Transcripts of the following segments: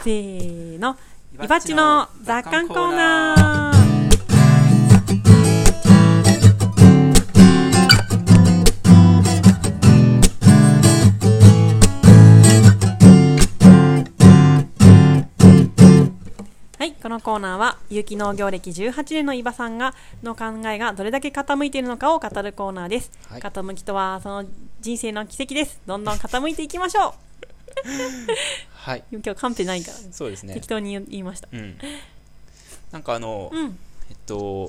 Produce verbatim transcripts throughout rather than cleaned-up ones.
せーの、いばっちの雑感コーナー。はい、このコーナーは有機農業歴じゅうはちねんの伊庭さんがの考えがどれだけ傾いているのかを語るコーナーです、はい、傾きとはその人生の奇跡です。どんどん傾いていきましょうはい、 今日カンペないから、ね、 そうですね、 適当に言いました、 うん、なんかあの、うん、えっと、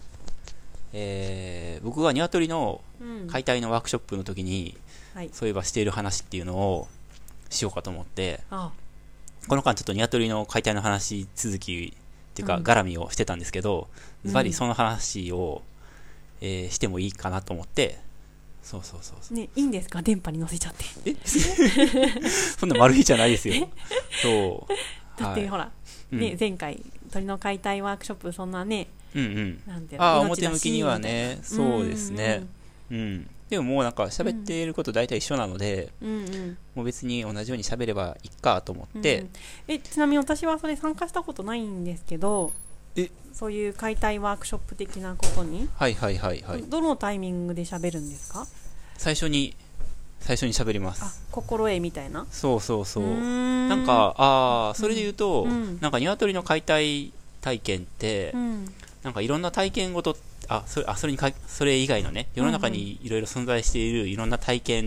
えー、僕が鶏の解体のワークショップの時に、うん、はい、そういえばしている話っていうのをしようかと思って、ああ、この間ちょっと鶏の解体の話続きっていうか、うん、絡みをしてたんですけど、ズバリその話を、うん、えー、してもいいかなと思って、そうそうそうそう、 ね、いいんですか、電波に乗せちゃって。 えそんな丸いじゃないですよ。そうだって、はい、ほら、ね、うん、前回鳥の解体ワークショップそんなね、 うんうん、なんていうの、あ、表向きにはね、そうですね、うん、うん、でももうなんか喋っていること大体一緒なので、うんうん、もう別に同じように喋ればいいかと思って、うんうん、 えちなみに私はそれ参加したことないんですけど、えそういう解体ワークショップ的なことに、 はいはいはいはい、 どのタイミングで喋るんですか？ 最初に最初に喋ります。 あ、心得みたいな。 そうそうそう、うーん、なんかあそれで言うと、うん、なんか鶏の解体体験って、うん、なんかいろんな体験ごと、あそれ、あそれにかそれ以外のね、世の中にいろいろ存在しているいろんな体験って、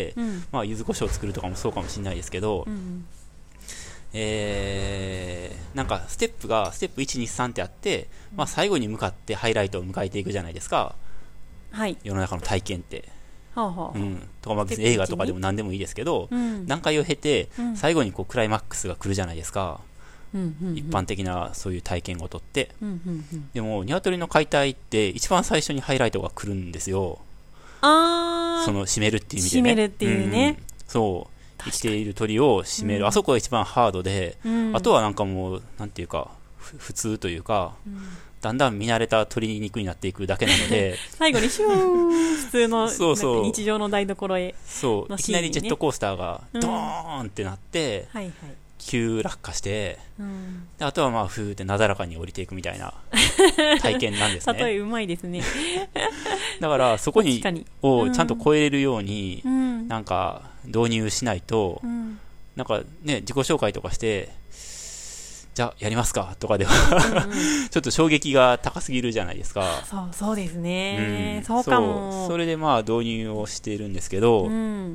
うん、まあ柚子胡椒を作るとかもそうかもしれないですけど、うん、えー、なんかステップがステップいちにさんってあって、まあ、最後に向かってハイライトを迎えていくじゃないですか、はい、世の中の体験って、はあはあ、うん、とかまあ別に映画とかでも何でもいいですけど、うん、段階を経て、うん、最後にこうクライマックスが来るじゃないですか、うんうんうん、一般的なそういう体験ごとって、うんうんうん、でも鶏の解体って一番最初にハイライトが来るんですよ。あ、その締めるっていう意味でね、締めるっていうね、うん、そう生きている鳥を締める、うん、あそこが一番ハードで、うん、あとはなんかもうなんていうか普通というか、うん、だんだん見慣れた鶏肉になっていくだけなので最後にシューン普通のそうそう日常の台所へ、 そう、いきなりジェットコースターがドーンってなって、うん、はいはい、急落下して、うん、であとはまあふーってなだらかに降りていくみたいな体験なんですね。 例えうまいですねだからそこにをちゃんと超えれるように、うん、なんか導入しないと、うん、なんかね自己紹介とかしてじゃあやりますかとかでは、うん、うん、ちょっと衝撃が高すぎるじゃないですか。 そうそうですね、うん、そうかも。 そう、それでまあ導入をしているんですけど、うん、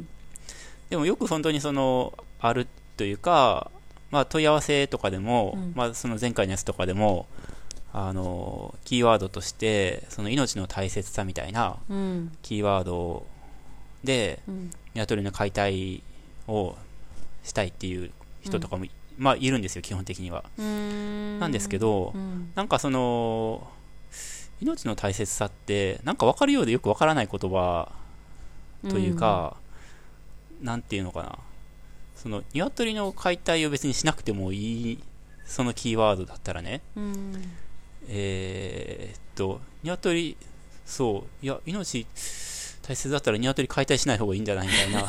でもよく本当にそのあるというか、まあ、問い合わせとかでも、うん、まあ、その前回のやつとかでもあのキーワードとしてその命の大切さみたいな、うん、キーワードで、うん、鶏の解体をしたいっていう人とかも、うん、まあ、いるんですよ基本的には。うーんなんですけど、うん、なんかその命の大切さってなんか分かるようでよく分からない言葉というか、うん、なんていうのかな、その鶏の解体を別にしなくてもいいそのキーワードだったらね、うん、えー、っと鶏、そういや命大切だったら鶏解体しない方がいいんじゃないみたいな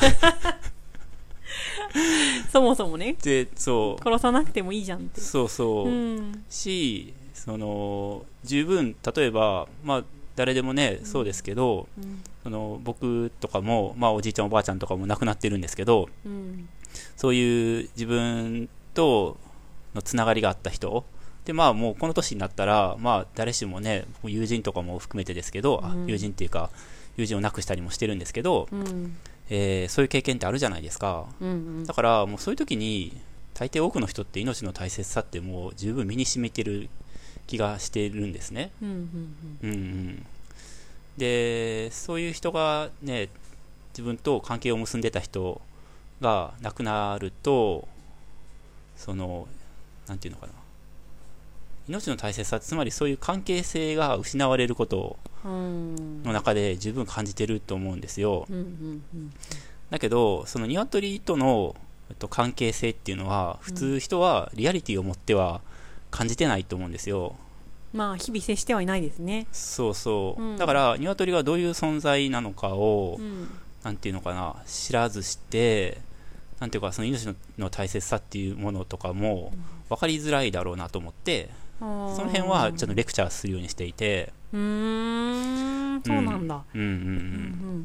そもそもね、 でそう殺さなくてもいいじゃんって、 そうそう、うん、しその十分例えばまあ誰でもね、うん、そうですけど、うん、その僕とかも、まあ、おじいちゃんおばあちゃんとかも亡くなってるんですけど、うん、そういう自分とのつながりがあった人で、まあもうこの年になったら、まあ誰しもね、友人とかも含めてですけど、うん、友人っていうか友人を亡くしたりもしてるんですけど、うん、えー、そういう経験ってあるじゃないですか、うんうん、だからもうそういう時に大抵多くの人って命の大切さってもう十分身に染みてる気がしてるんですね、うんうんうんうん、でそういう人がね自分と関係を結んでた人が亡くなると、そのなんていうのかな、命の大切さってつまりそういう関係性が失われることの中で十分感じてると思うんですよ、うんうんうん、だけどその鶏との、えっと、関係性っていうのは普通人はリアリティを持っては感じてないと思うんですよ。 まあ日々接してはいないですね。 そうそう、うん、だから鶏がどういう存在なのかを、うん、なんていうのかな、知らずしてなんていうかその命 の, の大切さっていうものとかも分かりづらいだろうなと思って、うん、その辺はちょっとレクチャーするようにしていて、 うーんそうなんだ、 うんうんうんうん、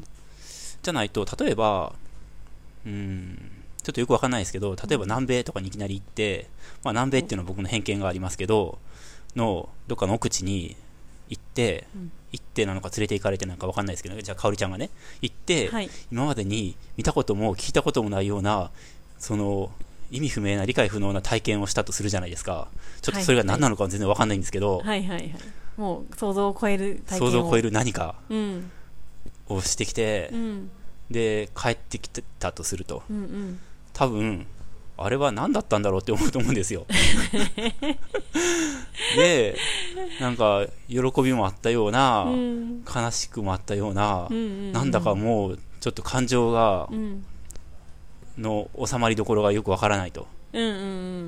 じゃないと例えばうんちょっとよくわかんないですけど、例えば南米とかにいきなり行って、まあ、南米っていうのは僕の偏見がありますけどのどっかの奥地に行って、うん、行ってなのか連れて行かれてなのかわかんないですけど、じゃあかおりちゃんがね行って、はい、今までに見たことも聞いたこともないようなその意味不明な理解不能な体験をしたとするじゃないですか。ちょっとそれが何なのかは全然わかんないんですけど、 はいはいはい、もう想像を超える体験を想像を超える何かをしてきて、うん、で帰ってきたとすると、うんうん、多分あれは何だったんだろうって思うと思うんですよでなんか喜びもあったような、うん、悲しくもあったような、うんうんうん、なんだかもうちょっと感情が、うん、の収まりどころがよくわからないと、うんうんうん、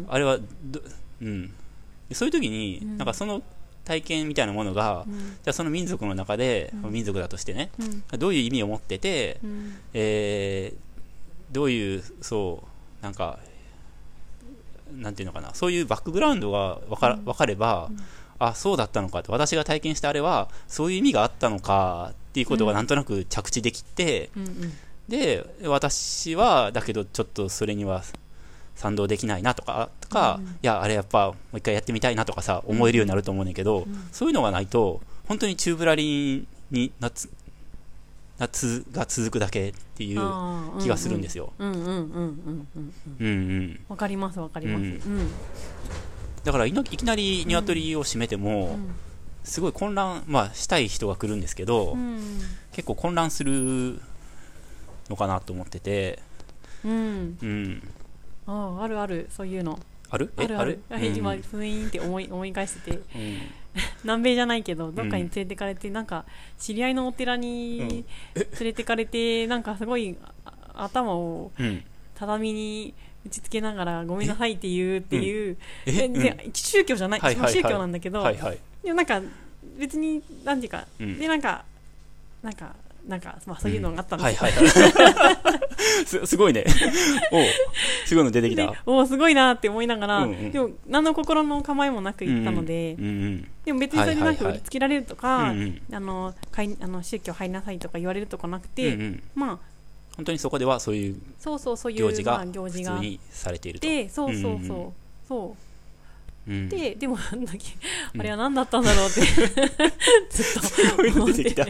あれはど、うん、そういう時に、うん、なんかその体験みたいなものが、うん、じゃあその民族の中で、うん、民族だとしてね、うん、どういう意味を持ってて、うんえー、どういうそうなんかなんていうのかな、そういうバックグラウンドが分か、分かれば、うん、あそうだったのかと、私が体験したあれはそういう意味があったのかっていうことがなんとなく着地できて、うんうん、で私はだけどちょっとそれには賛同できないなとか、とか、うん、いやあれやっぱもう一回やってみたいなとかさ思えるようになると思うんだけど、うん、そういうのがないと本当に宙ぶらりんに夏夏が続くだけっていう気がするんですよ。うんうんうんうんうんうんうんわかりますわかります、うん、 だからいきなり鶏を閉めても、うん、すごい混乱、まあしたい人が来るんですけど、うん、結構混乱するのかなと思ってて、うんうん、あああるあるそういうのあるあるあるある、うん、今ふいんって思い思い返してて、うん、南米じゃないけどどっかに連れてかれて、うん、なんか知り合いのお寺に連れてかれて、うん、なんかすごい頭を畳に打ちつけながらごめんなさいって言うっていう、うん、で宗教じゃない、はいはいはい、宗教なんだけど、はいはい、でもなんか別になんていうか、うん、でなんかなんかなんか、まあ、そういうのがあったんですよ、うんはいはい、 す, すごいねおすごいの出てきた、 おすごいなって思いながら、うんうん、でも何の心の構えもなく行ったので、うんうん、でも別にそれでなんか売りつけられるとか、はいはいはい、あのかいあの宗教入りなさいとか言われるとかなくて、うんうん、まあ本当にそこではそういう行事が普通にされていると、 でそうそうそう、うんうん、そううん、で, でもなんだっけ、うん、あれは何だったんだろうってずっと思ってて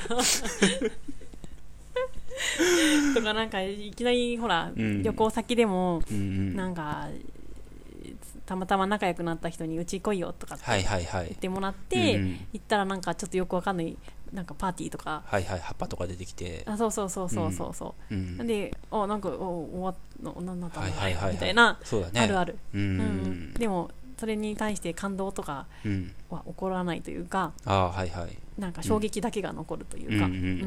とかなんかいきなりほら、うん、旅行先でも、うん、なんかたまたま仲良くなった人にうち来いよとかって言ってもらって、はいはいはい、行ったらなんかちょっとよくわかんないなんかパーティーとか、 はいはい、葉っぱとか出てきて、 あそうそうそうそうそうそう、うん、なんであなんかお終わっなんだったんだ、 はいはいはいはい、 みたいな、 そうだね、 あるある、 うんうん、 でもそれに対して感動とかは起こらないというか、 うん、あはいはい、 なんか衝撃だけが残るというか、うんうんうん、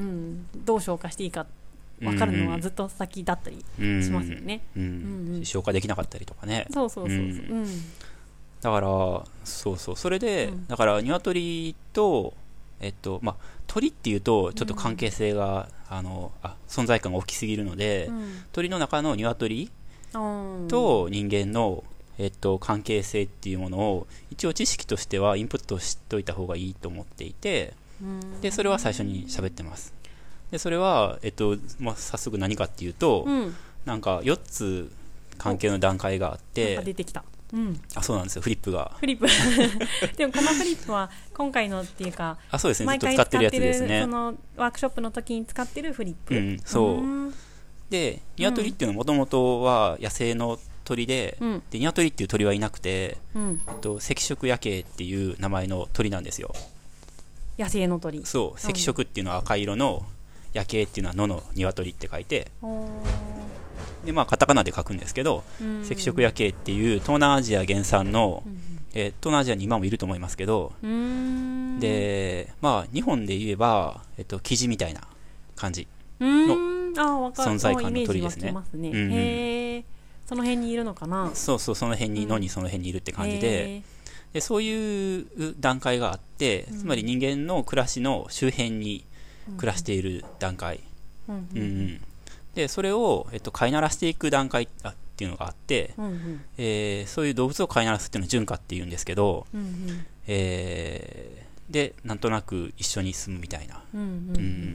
どう消化していいか分かるのはずっと先だったりしますよね、うんうんうんうん、消化できなかったりとかね、 そうそうそうそう、うん、 だからそうそうそれで、うん、だから鶏とえっとまあ鳥っていうとちょっと関係性が、うん、あのあ存在感が大きすぎるので、うん、鳥の中の鶏と人間のえっと、関係性っていうものを一応知識としてはインプットしといた方がいいと思っていて、でそれは最初に喋ってます。でそれは、えっとまあ、早速何かっていうと、うん、なんかよっつ関係の段階があって、 なんか出てきた、うん、 あそうなんですよ、フリップがフリップでもこのフリップは今回のっていうか、 あそうですね、ずっと使ってるやつですね、 そのワークショップの時に使ってるフリップ、 うん、そう、うん、で鶏っていうのはもともとは野生の鳥で、うん、でニワトリっていう鳥はいなくて、うん、えっと、赤色夜景っていう名前の鳥なんですよ。 野生の鳥。 そう、赤色っていうのは赤色の、夜景っていうのは野のニワトリって書いて、でまあカタカナで書くんですけど、赤色夜景っていう東南アジア原産の、うん、えー、東南アジアに今もいると思いますけど、でまあ日本で言えば、えっと、キジみたいな感じの存在感の鳥ですね。 へー、その辺にいるのかな。 そうそう、その辺に、うん、野にその辺にいるって感じで、でそういう段階があって、うん、つまり人間の暮らしの周辺に暮らしている段階、うんうんうん、 でそれを、えっと、飼いならしていく段階っていうのがあって、うんうん、えー、そういう動物を飼いならすっていうのを順化っていうんですけど、うんうん、えー、でなんとなく一緒に住むみたいな、うんうんうん、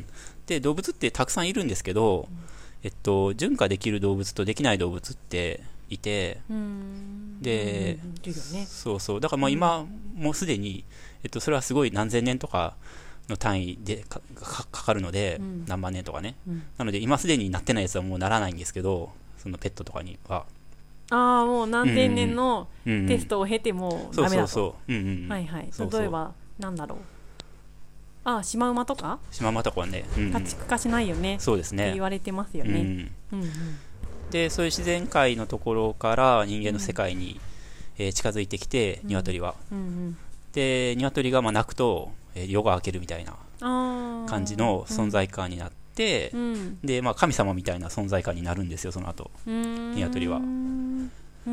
で動物ってたくさんいるんですけど、えっと、順化できる動物とできない動物っていて、うん、で、うんね、そうそうだからもう今、うん、もうすでに、えっと、それはすごい何千年とかの単位で か, か, かかるので、うん、何万年とかね、うん、なので今すでになってないやつはもうならないんですけど、そのペットとかにはああもう何千年のテストを経てもダメだと、 そうそうそう、うんうん、 はいはい、例えばなんだろう、ああシマウマとかシマウマとかはね、うんうん、 家畜化しないよね、 そうですね、 って言われてますよね、うんうんうん、 でそういう自然界のところから人間の世界に、うん、えー、近づいてきて、うん、鶏は、うんうん、で鶏がまあ鳴くと、えー、夜が明けるみたいな感じの存在感になって、うん、でまあ、神様みたいな存在感になるんですよ、その後鶏は、うんうんうん、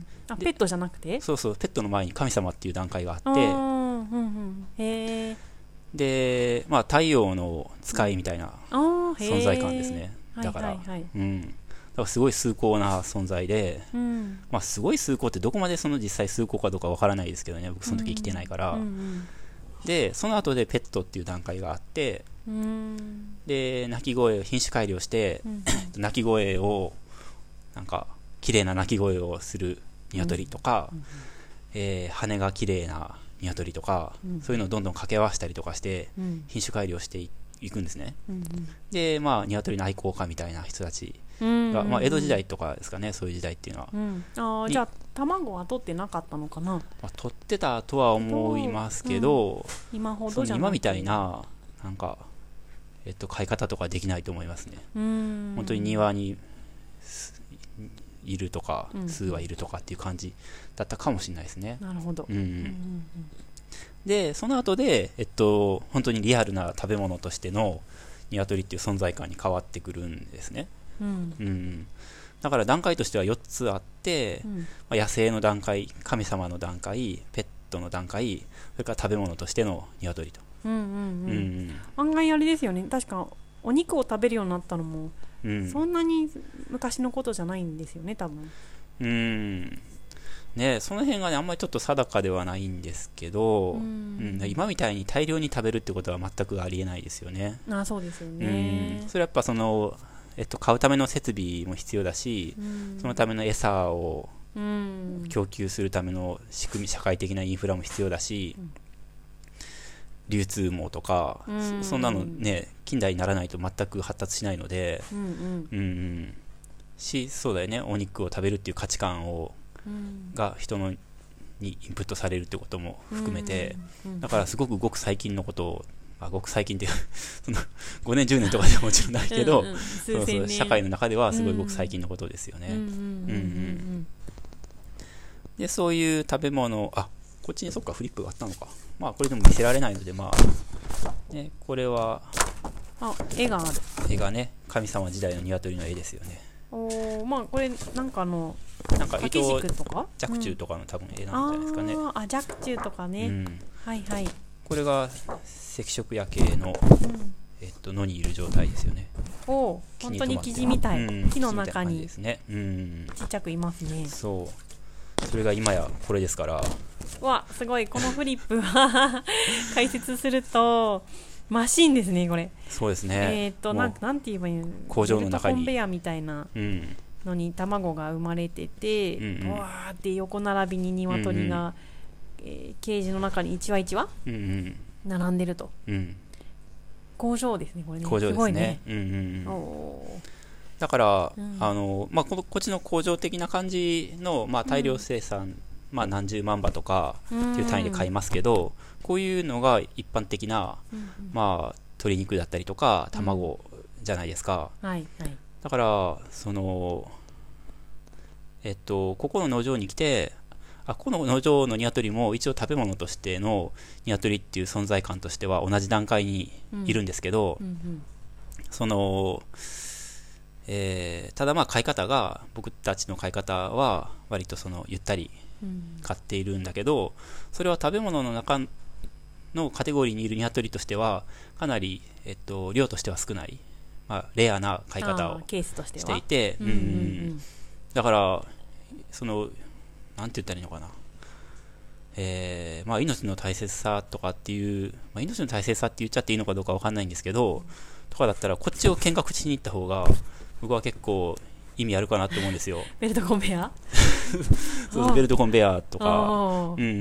あペットじゃなくて、 そうそう、ペットの前に神様っていう段階があって、 うんうん、へで、まあ、太陽の使いみたいな存在感ですね、だから、はいはいはい、うん、だからすごい崇高な存在で、うんまあ、すごい崇高ってどこまでその実際崇高かどうかわからないですけどね、僕その時生きてないから、うんうんうんでその後でペットっていう段階があって、うんで鳴き声を品種改良して、うん、鳴き声をなんか綺麗な鳴き声をする鶏とか、うんえー、羽が綺麗な鶏とか、うん、そういうのをどんどん掛け合わせたりとかして、うん、品種改良していくんですね、うんうん、でまあ鶏の愛好家みたいな人たちが、うんうんまあ、江戸時代とかですかね、そういう時代っていうのは、うん、 あじゃあ卵は取ってなかったのかな、まあ、取ってたとは思いますけど、 うん、今ほどじゃなくて今みたいななんか、えっと、飼い方とかできないと思いますね。うん本当に庭にいるとか、うん、数はいるとかっていう感じだったかもしれないですね。 なるほど、 うんうんうん、でその後で、えっと、本当にリアルな食べ物としての鶏っていう存在感に変わってくるんですね、うんうん、だから段階としてはよっつあって、うんまあ、野生の段階、神様の段階、ペットの段階、それから食べ物としての鶏と、うんうんうんうん、 案外あれですよね、確かお肉を食べるようになったのも、うん、そんなに昔のことじゃないんですよね、多分。 うんね、その辺がねあんまりちょっと定かではないんですけど、うんうん、今みたいに大量に食べるってことは全くありえないですよね。 あそうですよね、 うん、それはやっぱその、えっと、買うための設備も必要だし、そのための餌を供給するための仕組み、社会的なインフラも必要だし、うん、流通網とか、そ, そんなのね近代にならないと全く発達しないので、うんうんうん、しそうだよね、お肉を食べるっていう価値観をが人のにインプットされるってことも含めて、うんうん、だからすごくごく最近のことを、まあ、ごく最近っていうそのごねんじゅうねんとかではもちろんないけど、うんうん、そうそう社会の中ではすごいごく最近のことですよね。でそういう食べ物、あこっちにそっかフリップがあったのか、まあこれでも見せられないので、まあ、ね、これはあ絵がある、 絵がね神様時代の鶏の絵ですよね。 おまあこれなんかのなんか伊藤若冲とかの多分絵なんじゃないですかね、 うん、ああ若冲とかね、うん、はいはい、 これが赤色夜景の、うんえっと、野にいる状態ですよね。 お本当にキジみたい、うん、木の中にですね、うん、 ちっちゃくいますね。 そうそれが今やこれですから、 わすごい、このフリップは解説するとマシンですねこれ。 そうですね、 えー、っとなんなんて言えばいいの、 工場の中にコンベヤみたいなのに卵が生まれてて、うんうん、わーって横並びに鶏が、うんうんえー、ケージの中にいちわいちわ、うんうん、並んでると、うん、工場ですねこれね。 工場ですね、すごいね、 うんうんうん、おだから、うんあのまあ、こ, こっちの工場的な感じの、まあ、大量生産、うんまあ、何十万羽とかっていう単位で買いますけど、うん、こういうのが一般的な、うんうんまあ、鶏肉だったりとか卵じゃないですか、 うんはいはい、 だからその、えっと、ここの農場に来て、あこの農場の鶏も一応食べ物としての鶏っていう存在感としては同じ段階にいるんですけど、うんうんうん、そのえー、ただまあ飼い方が僕たちの飼い方は割とそのゆったり飼っているんだけど、それは食べ物の中のカテゴリーにいる鶏としてはかなり、えっと、量としては少ないまあ、レアな飼い方をケースとしてはしていて、うんうんうん、だからそのなんて言ったらいいのかな、えーまあ、命の大切さとかっていう、まあ、命の大切さって言っちゃっていいのかどうか分かんないんですけど、とかだったらこっちを見学しに行った方が僕は結構意味あるかなと思うんですよ。 ベルトコンベヤそうそうベルトコンベヤとか、うんうん、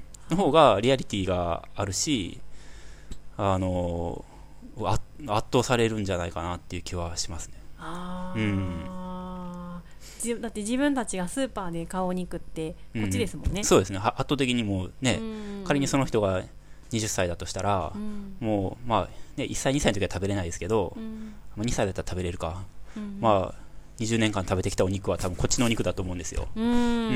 の方がリアリティがあるし、あの圧倒されるんじゃないかなっていう気はしますね。 あ、うん、だって自分たちがスーパーで買うお肉ってこっちですもんね、 うん、そうですね。圧倒的にもうね、うん、仮にその人がはたちだとしたら、うん、もうまあ、ね、いっさいにさいの時は食べれないですけど、うん、にさいだったら食べれるか、うん、まあにじゅうねんかん食べてきたお肉は多分こっちのお肉だと思うんですよ。うん、うんうん、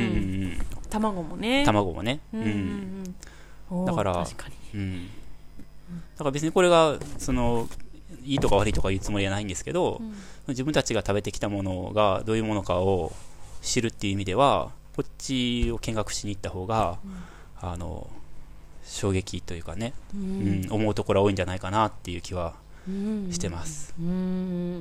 卵もね卵もね、うんうんうん、だから確かに、うん、だから別にこれがそのいいとか悪いとか言うつもりはないんですけど、うん、自分たちが食べてきたものがどういうものかを知るっていう意味ではこっちを見学しに行った方が、うん、あの衝撃というかね、うんうん、思うところは多いんじゃないかなっていう気はしてます。うんうん、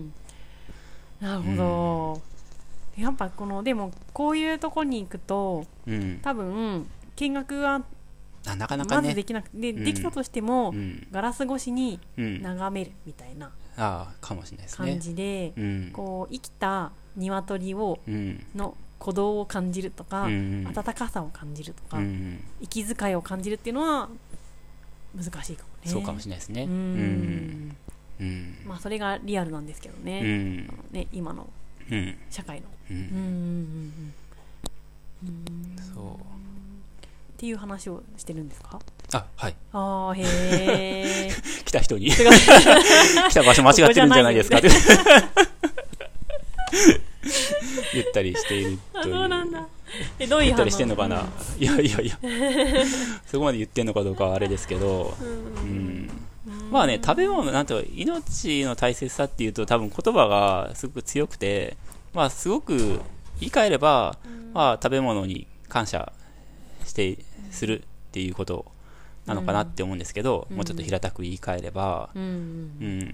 なるほど、うん、やっぱこのでもこういうとこに行くと、うん、多分見学はなかなかねまずできなくて、で、うん、できたとしても、うん、ガラス越しに眺めるみたいな感じで、うん、こう生きた鶏を、うん、の鼓動を感じるとか、うん、温かさを感じるとか、うん、息遣いを感じるっていうのは難しいかもね。 そうかもしれないですね。うん、 うんまあ、それがリアルなんですけどね、うん、あのね今の社会の、うんうんうんうん、そうっていう話をしてるんですか？ あ、はい。 あー、へー。 来た人に来た場所間違ってるんじゃないですかって言ったりしているという。 そうなんだ。え、どういう言ったりしてんのかな。いやいやいやそこまで言ってんのかどうかはあれですけど、うん、まあね、食べ物なんて命の大切さっていうと多分言葉がすごく強くて、まあすごく言い換えれば、まあ食べ物に感謝してするっていうことなのかなって思うんですけど、うん、もうちょっと平たく言い換えれば、うんうん、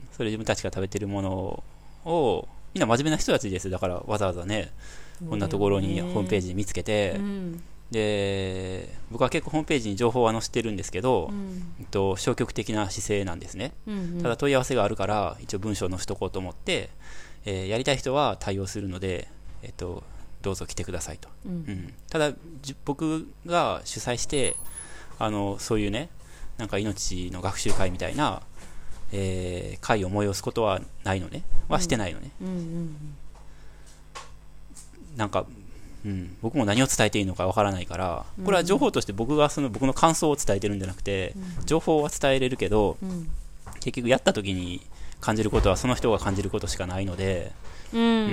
それ自分たちが食べてるものをみんな真面目な人たちです。だからわざわざねこんなところにホームページで見つけて、うん、で僕は結構ホームページに情報は載せてるんですけど、うんえっと、消極的な姿勢なんですね、うんうん、ただ問い合わせがあるから一応文章を載せとこうと思って、えー、やりたい人は対応するので、えっとどうぞ来てくださいと、うんうん、ただ僕が主催してあのそういうねなんか命の学習会みたいな、えー、会を催すことはないのねはしてないのね、うんうんうん、なんか、うん、僕も何を伝えていいのかわからないからこれは情報として僕がその僕の感想を伝えてるんじゃなくて、うん、情報は伝えれるけど、うん、結局やった時に感じることはその人が感じることしかないのでうんうんうん、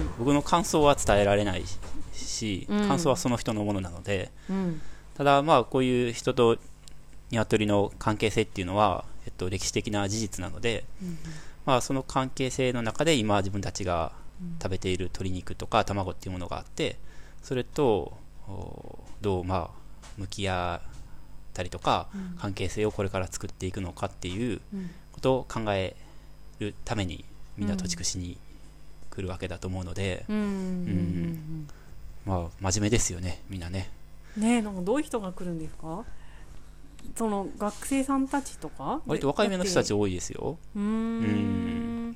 僕の感想は伝えられないし、うん、感想はその人のものなので、うん、ただまあこういう人と鶏の関係性っていうのは、えっと、歴史的な事実なので、うんまあ、その関係性の中で今自分たちが食べている鶏肉とか卵っていうものがあってそれとどうまあ向き合ったりとか、うん、関係性をこれから作っていくのかっていうことを考えるためにみんな土地串に来るわけだと思うので、うんうん、まあ真面目ですよねみんなね。 ねえなんかどういう人が来るんですか？その学生さんたちとか？ 割と若い目の人たち多いですよ。うーんうん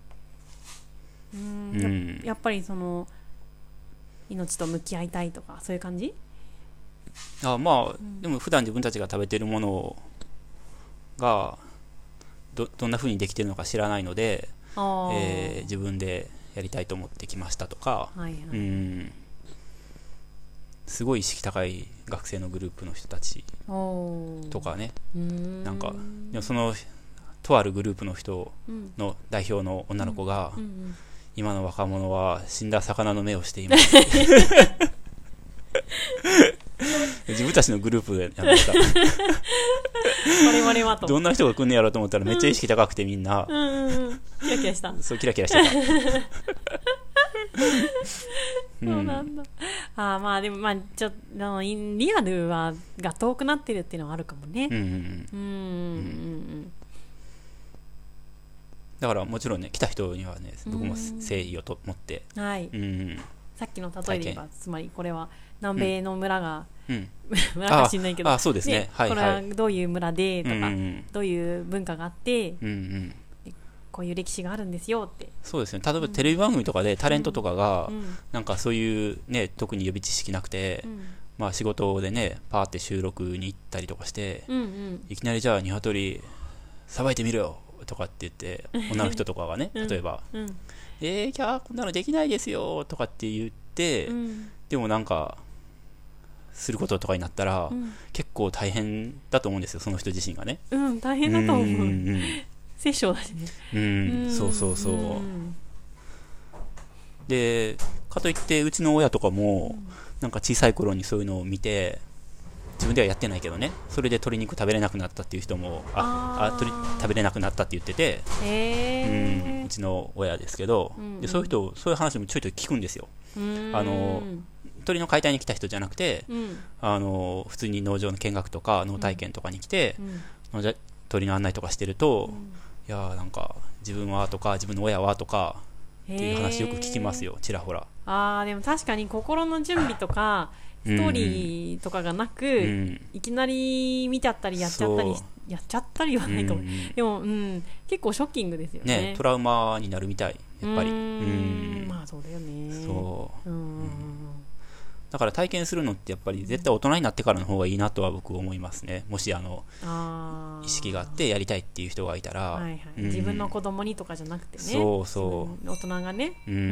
うんや, やっぱりその命と向き合いたいとかそういう感じ？ あまあ、うん、でも普段自分たちが食べてるものが ど, どんな風にできてるのか知らないので、えー、自分でやりたいと思ってきましたとか、はいはい、うんすごい意識高い学生のグループの人たちとかねなんかでもそのとあるグループの人の代表の女の子が、うんうんうん、今の若者は死んだ魚の目をしています自分たちのグループでやるんですかどんな人が来んねやろうと思ったらめっちゃ意識高くてみんな、うんうんうん、 キラキラしたそうキラキラしてたそうなんだ、うん、あまあでもまあちょっとリアルはが遠くなってるっていうのはあるかもねうんうんうんうんうんだからもちろんね来た人にはね僕も誠意をと持って、 はい、 うん、 さっきの例えで言えばつまりこれは南米の村が、 うん、 村か知んないけど、 ああそうですね、 ね、 はいはい、 これはどういう村でとか、 うんうん、 どういう文化があって、 うんうん、 こういう歴史があるんですよって。 そうですね、例えばテレビ番組とかでタレントとかが、 うん、 なんかそういうね特に予備知識なくて、うん、まあ仕事でねパーって収録に行ったりとかして、 うんうん、 いきなりじゃあ鶏さばいてみろよとかって言って女の人とかがね例えば、うんうん、えー、キャーこんなのできないですよとかって言って、うん、でもなんかすることとかになったら、うん、結構大変だと思うんですよその人自身がね。 うん大変だと思う。うんうん、殺生だしね。 うん、うん、そうそうそう。うん、でかといってうちの親とかも、うん、なんか小さい頃にそういうのを見て自分ではやってないけどねそれで鶏肉食べれなくなったっていう人もああ鶏食べれなくなったって言ってて、 へうん、うちの親ですけど、うんうん、でそういう人そういう話もちょいちょい聞くんですよ。あの鶏の解体に来た人じゃなくて、うん、あの普通に農場の見学とか農体験とかに来て、うん、鶏の案内とかしてると、うん、いやなんか自分はとか自分の親はとかっていう話よく聞きますよちらほら。 あーでも確かに心の準備とかストーリーとかがなく、うん、いきなり見ちゃったりやっちゃったりやっちゃったりはないかも、うん、でも、うん、結構ショッキングですよ ね, ねトラウマになるみたいやっぱり。うーんまあそうだよね。 そううんだから体験するのってやっぱり絶対大人になってからの方がいいなとは僕思いますね。もしあのあ意識があってやりたいっていう人がいたら、 はいはいうん、自分の子供にとかじゃなくてねそうそう大人がね、 うんうん、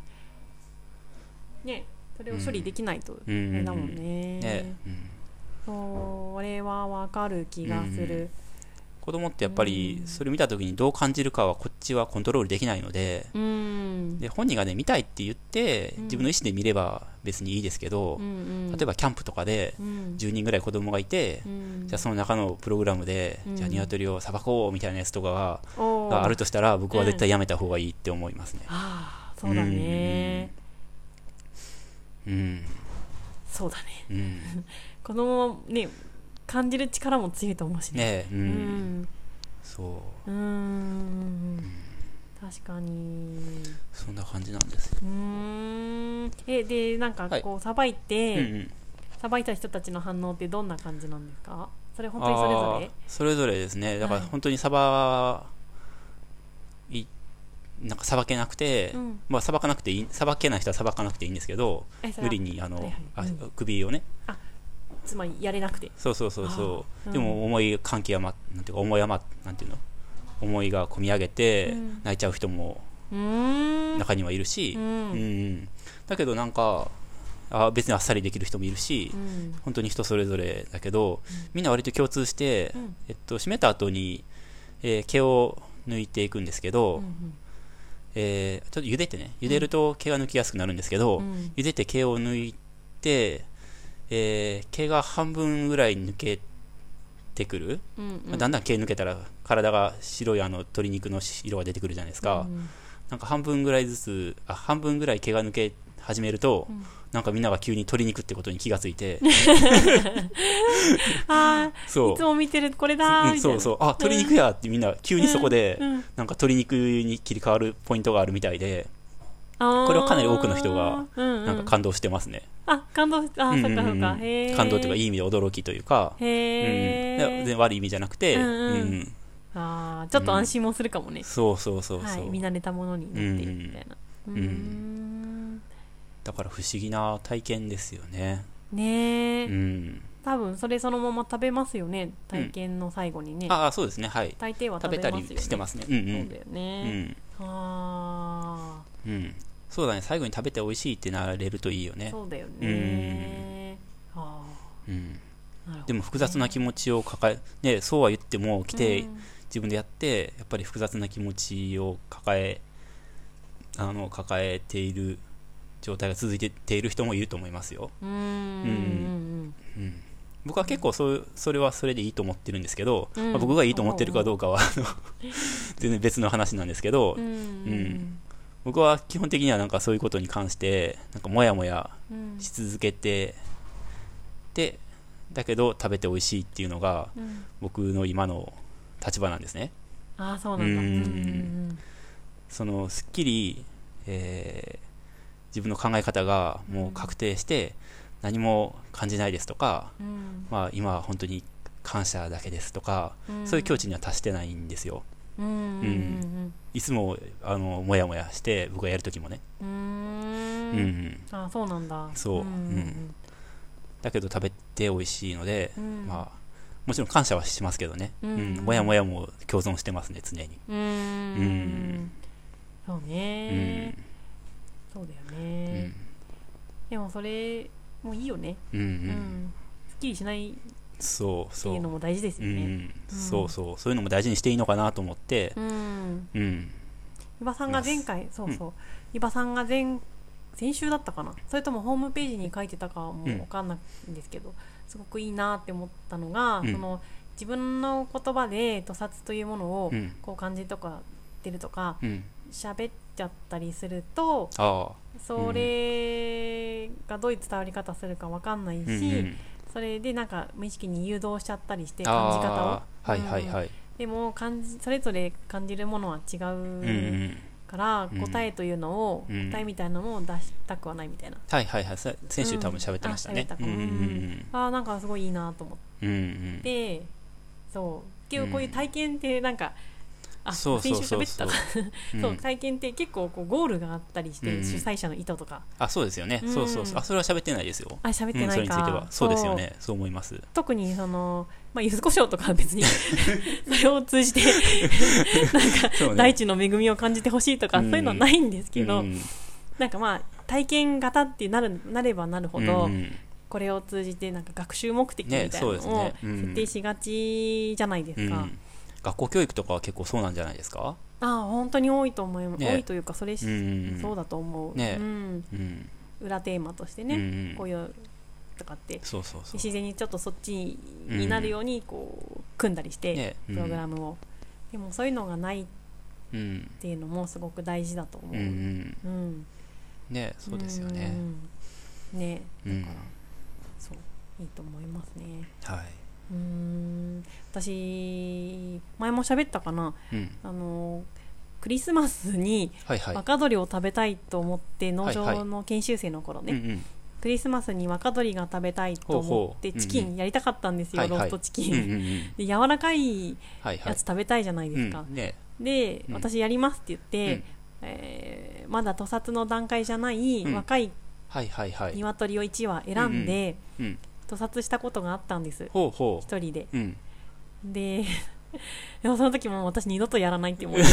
ねそれを処理できないとあれだもんね、うんうんねうん、それはわかる気がする、うん、 子供ってやっぱりそれ見た時にどう感じるかはこっちはコントロールできないので、うん、で本人がね見たいって言って自分の意思で見れば別にいいですけど、うん、例えばキャンプとかでじゅうにんぐらい子供がいて、うん、じゃあその中のプログラムで、うん、じゃあ鶏をさばこうみたいなやつとかが、があるとしたら僕は絶対やめた方がいいって思いますね、 うん、ああそうだねうん、うん、 そうだね、 うん、 子供はね感じる力も強いと思うしね。 ねえ、うん、うん、そう。 うーん、うん、確かに。 そんな感じなんですよ。 うーん。えでなんかこうさば、はい、いてさば、うんうん、いた人たちの反応ってどんな感じなんですか？それ本当にそれぞれ？ それぞれですね。だから本当にさばいなんかさばけなくて、うん、まあさばかなくていいさばけない人はさばかなくていいんですけど、無理にあの、はいはいあうん、首をね。あつまりやれなくてそうそうそうそう、うん、でも重い感極まなんていうか重い山なんていうの思いが込み上げて泣いちゃう人も中にはいるし、うんうん、だけどなんかあ別にあっさりできる人もいるし、うん、本当に人それぞれだけど、うん、みんな割と共通して、うんえっと、締めた後に、えー、毛を抜いていくんですけど、うんうんえー、ちょっと茹でてね茹でると毛が抜きやすくなるんですけど、うん、茹でて毛を抜いてえー、毛が半分ぐらい抜けてくる、うんうんまあ、だんだん毛抜けたら体が白いあの鶏肉の色が出てくるじゃないですか、うん、なんか半分ぐらいずつあ半分ぐらい毛が抜け始めると、うん、なんかみんなが急に鶏肉ってことに気がついてあそういつも見てるこれだーみたいな、うん、 そうそうあ鶏肉やってみんな急にそこで、うんうん、なんか鶏肉に切り替わるポイントがあるみたいでこれはかなり多くの人がなんか感動してますね。 うんうん、あ感動あ、うんうん、そっかそっかへ感動というかいい意味で驚きというかへ、うん、全然悪い意味じゃなくて、うんうんうん、 あちょっと安心もするかもね、うん、 そうそうそうそう、 はい、見慣れたものになってみたいな、うんうん、うんだから不思議な体験ですよね。 ねえ、 うん、 多分それそのまま食べますよね体験の最後にね、 うん、ああそうですねはい大抵は食べますよね食べたりしてますね、うんうん、 そうだよね、うん、ああうんそうだね最後に食べて美味しいってなれるといいよね。 そうだよね、うん、あうん、でも複雑な気持ちを抱え、ね、そうは言っても来て、うん、自分でやってやっぱり複雑な気持ちを抱えあの抱えている状態が続いている人もいると思いますよ。 うん、うんうん、僕は結構そ、それはそれでいいと思ってるんですけど、うんまあ、僕がいいと思ってるかどうかは全然別の話なんですけど、うんうん僕は基本的にはなんかそういうことに関してなんかモヤモヤし続けて、うん、でだけど食べて美味しいっていうのが僕の今の立場なんですね。 ああそうなんだ。 うんうんうんそのすっきり、えー自分の考え方がもう確定して何も感じないですとか、 うんまあ、今は本当に感謝だけですとか、 うんそういう境地には達してないんですよ。 うんうんうんいつもあのもやもやして僕がやるときもね、 うんううんーうんん、 ああそうなんだ。 そう、 うんうんだけど食べて美味しいので、 うんまあ、もちろん感謝はしますけどね、 うんうんもやもやも共存してますね常に。 うーんうんそううねんそうだようねんでもそれもいいよね。 うんううんんすっきりしないっそうそうていうのも大事ですうよね。 んそうそうそういうのも大事にしていいのかなと思ってうんうん伊庭さんが前回そうそう伊庭さんが前先週だったかな、それともホームページに書いてたかも分かんないんですけど、すごくいいなって思ったのが、 うんその自分の言葉で屠殺というものをうんこう感じとか出るとかうん喋っちゃったりすると、 ああそれがどういう伝わり方するか分かんないし、 うんうんそれでなんか無意識に誘導しちゃったりして感じ方を、 ああはいはいはいでも感じそれぞれ感じるものは違うんううんから、 うん答えというのを、 うん答えみたいなのを出したくはないみたいな、 はいはいはいさ先週多分喋ってましたねうんあ喋ったかもうんうんあーなんかすごいいいなと思っうんうんて、そう結構こういう体験ってなんか、あそうそうそう先週喋ってたなうんそう体験って結構こうゴールがあったりして、 うん主催者の意図とかあそうですよねうんそうそうそうあそれは喋ってないですよあ喋ってうん、 ないか、 それについてはそうですよねそう思います特にその、まあ、柚子胡椒とかは別にそれを通じてなんか、 そうね大地の恵みを感じてほしいとか、 うんそういうのはないんですけど、 うんなんかまあ体験型ってなるなればなるほど、 うんこれを通じてなんか学習目的みたいなのをねそうですねうん設定しがちじゃないですか、 うん学校教育とかは結構そうなんじゃないですかああ本当に多いと思います、 ね多いというかそれし、 うんそうだと思う、 ねうん、 うん裏テーマとしてうね、 んこういうとかってそうそうそう自然にちょっとそっちになるようにこう組んだりして、 ねうんプログラムを、でもそういうのがないっうんていうのもすごく大事だと思う、 うんうんうんねそうですよねうんねうんそういいと思いますね。 はうーん私前も喋ったかな、 いうんあのクリスマスにはいはい若鶏を食べたいと思って農はいはい場の研修生の頃ね、 うんうんクリスマスに若鶏が食べたいと思ってほうほうチキンやりたかったんですよ、 はいはいローストチキン、 うんうんうんで柔らかいはいはいやつ食べたいじゃないですか、 うんねで、 うん私やりますって言って、 うんえーまだ屠殺の段階じゃないうん若いはいはいはい鶏をいち羽選んでうん屠殺したことがあったんです、 ほうほ一人で。 ううんででもその時も私二度とやらないって思って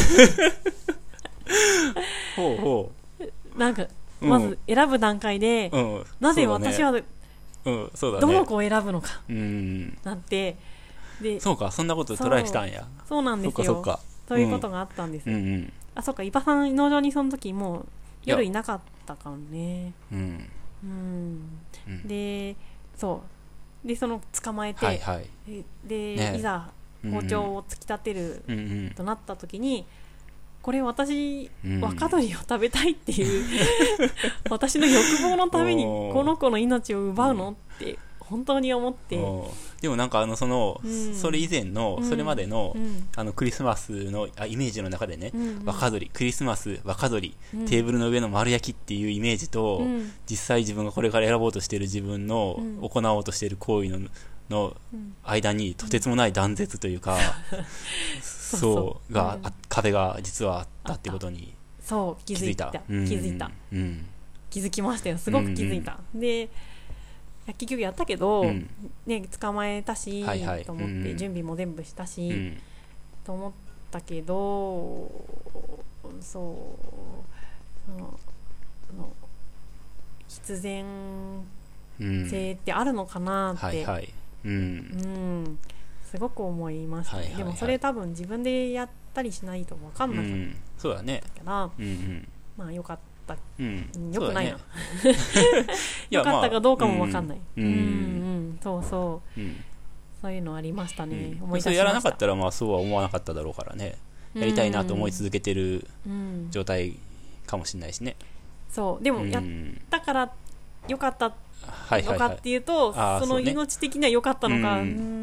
ほうほなんかうんまず選ぶ段階で、 ううんなぜそうだね私はうんそうだねどの子を選ぶのかうんなんてでそうかそんなことトライしたんやそうなんですよそっかそっかそういうことがあったんです、 うんうんあそっか伊庭さん農場にその時もう夜いなかったからねうんうんうんでそうでその捕まえて、 はいはいで、 ねいざ包丁を突き立てるうんうんとなった時に、これ私、 うん若鶏を食べたいっていう私の欲望のためにおーこの子の命を奪うのって本当に思って、 おーでもなんかあのその、 うんそれ以前の、 うんそれまでの,、 うんあのクリスマスのあイメージの中でね、 うんうん若鶏クリスマス若鶏、 うんテーブルの上の丸焼きっていうイメージと、 うん実際自分がこれから選ぼうとしている自分の、 うん行おうとしている行為ののうん間にとてつもない断絶というか、 そうそうそうが、 うんあ壁が実はあったってことにそう気づいた気づいた気づいた、 うん気づきましたよすごく気づいた、で結局やったけど、 うんね、捕まえたし、 はいはいと思って、 うん準備も全部したし、 うんと思ったけどそうそのその必然うん性ってあるのかなって、 はいはいうんうん、すごく思いました、 はいはいはいでもそれ多分自分でやったりしないと分かんなかっうんそうだねたから、 うんうんまあよかったうんうんよくないな、 そうだねいやよかったかどうかも分かんない、 うんうんうんそうそううんそういうのありましたね、 うん思い出しました。 それやらなかったらまあそうは思わなかっただろうからねやりたいなと思い続けてるうん、 状態かもしれないしねそうでもやっうんたから良かったはいはいはいのかっていうと、 あーそのそうね命的には良かったのか、 ううんーん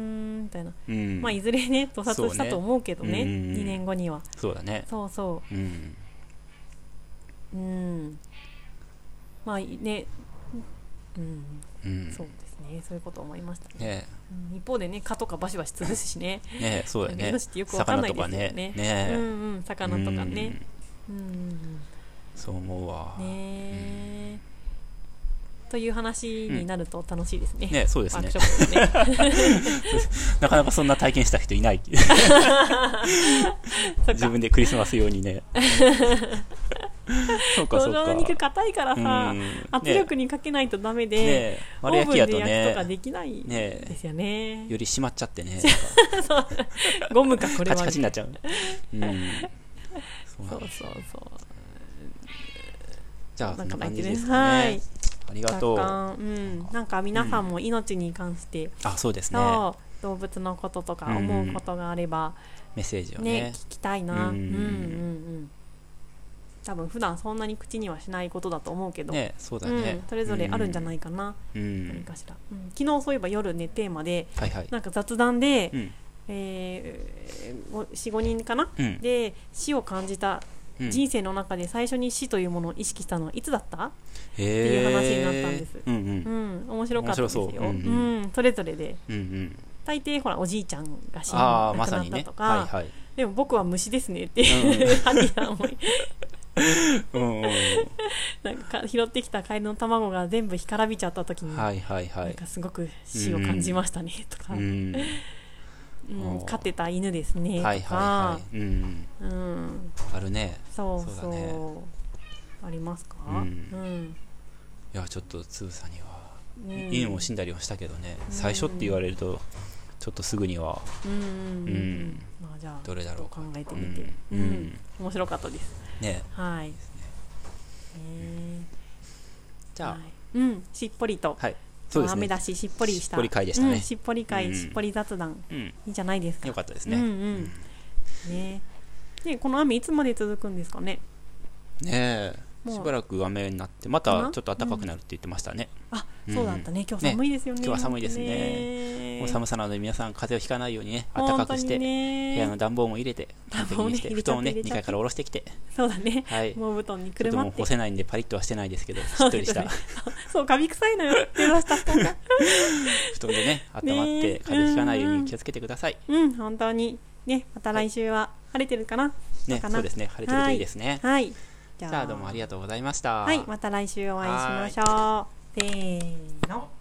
みたいな、 うん、 まあいずれね屠殺したと思うけどね、 そうね、うん、 にねんごには。 そうだね。 そうそう、 うんうん、まあね、うん、うん、そうですね、そういうこと思いましたね。ね、うん、一方でね、蚊とかバシバシ潰すしね。 ね、そうだよね。 命ってよくわかんないですよね。 ね、ね、 うんうん、魚とかね。うん、うん、 そう思うわ。ね、 うんという話になると楽しいですね。 ね、そうですね。 ワークショップでねなかなかそんな体験した人いない。自分でクリスマス用にね。そうかそうか。 その肉硬いからさ、圧力にかけないとダメで、オーブンで焼くとかできないですよね。 より締まっちゃってね。 ゴムかこれは。 カチカチになっちゃう。 そうそうそう。 じゃあそんな感じですかね。ありがとう。 うん、なんか皆さんも命に関して、うん、 あ、そうですね。 動物のこととか思うことがあれば、 メッセージをね、 ね、聞きたいな。うんうんうん。多分普段そんなに口にはしないことだと思うけど、 ね、そうだね、 うん、それぞれあるんじゃないかな。うん、何かしら、うん。昨日そういえば夜ねテーマで、はいはい、なんか雑談で、うん、えー、よん、ごにんかな、うん、で死を感じた。人生の中で最初に死というものを意識したのはいつだった？っていう話になったんです。うんうんうん、面白かったですよ。うんうんうん、それぞれで、うんうん、大抵ほらおじいちゃんが死ん亡くなったとか、まね、はいはい、でも僕は虫ですねっていうハニーな思い。なんか拾ってきたカエルの卵が全部干からびちゃった時に、はいはいはい、なんかすごく死を感じましたねとか。うんうん、飼ってた犬ですねとか、はいはいはい、うんうん、 あるね。 そうそう、そうだね、ありますか、うんうん、 いやちょっとつぶさには、うん、犬も死んだりはしたけどね、うん、最初って言われるとちょっとすぐには、うんうんうんまあ、じゃあどれだろうか考えてみて、うんうん、面白かったですね。はい、ですね、えー、じゃあ、はい、うんしっぽりと、はいそうですね、雨だししっぽりしたしっぽり会でしたね、うん、しっぽり会、うん、しっぽり雑談、うん、いいんじゃないですか。 よかったですね、うんうんねね、この雨いつまで続くんですかね。 ねえしばらく雨になってまたちょっと暖かくなるって言ってましたね、 うん、あそうだったね、今日寒いですよね、 ね今日は寒いですね。もう寒さなので皆さん風邪をひかないようにね暖かくして部屋の暖房も入れて完璧にして布団をねにかいから下ろしてきて、 そうだね、はい、もう布団にくるまって、 ちょっともう干せないんでパリッとはしてないですけどしっとりしたそうカビ臭いのよってました布団が布団でね温まって風邪ひかないように気をつけてください。 うん、うん、本当にね、また来週は晴れてるかな、 ね、そうですね、晴れてるといいですね。 はい、はい、 じゃあどうもありがとうございました。 はい、また来週お会いしましょう。せーの。